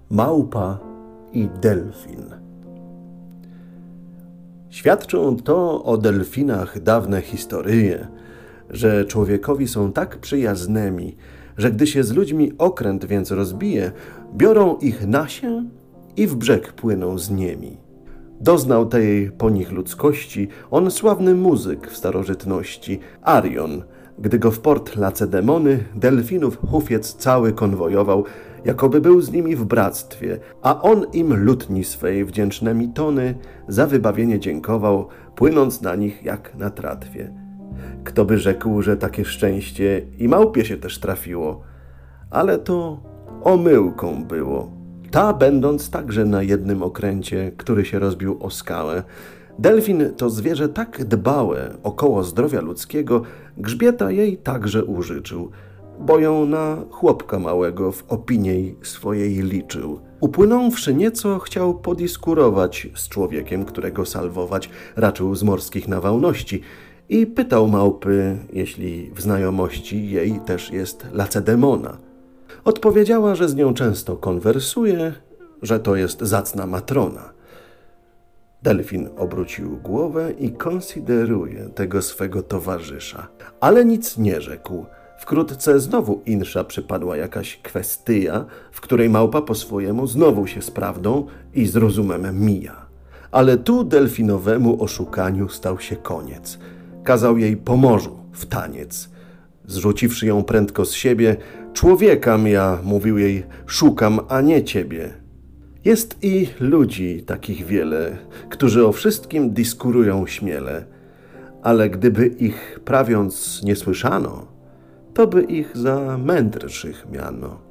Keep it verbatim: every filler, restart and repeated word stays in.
Małpa i delfin. Świadczą to o delfinach dawne historyje, że człowiekowi są tak przyjaznymi, że gdy się z ludźmi okręt więc rozbije, biorą ich na się i w brzeg płyną z niemi. Doznał tej po nich ludzkości on sławny muzyk w starożytności, Arion, gdy go w port Lacedemony delfinów hufiec cały konwojował, jakoby był z nimi w bractwie, a on im lutni swej wdzięcznemi tony za wybawienie dziękował, płynąc na nich jak na tratwie. Kto by rzekł, że takie szczęście i małpie się też trafiło, ale to omyłką było. Ta, będąc także na jednym okręcie, który się rozbił o skałę, delfin to zwierzę tak dbałe około zdrowia ludzkiego, grzbieta jej także użyczył, bo ją na chłopka małego w opinii swojej liczył. Upłynąwszy nieco, chciał podiskurować z człowiekiem, którego salwować raczył z morskich nawałności, i pytał małpy, jeśli w znajomości jej też jest Lacedemona. Odpowiedziała, że z nią często konwersuje, że to jest zacna matrona. Delfin obrócił głowę i konsideruje tego swego towarzysza, ale nic nie rzekł. Wkrótce znowu insza przypadła jakaś kwestia, w której małpa po swojemu znowu się z prawdą i z rozumem mija. Ale tu delfinowemu oszukaniu stał się koniec. Kazał jej po morzu w taniec. Zrzuciwszy ją prędko z siebie, człowiekam ja, mówił jej, szukam, a nie ciebie. Jest i ludzi takich wiele, którzy o wszystkim diskurują śmiele, ale gdyby ich prawiąc nie słyszano, to by ich za mędrszych miano.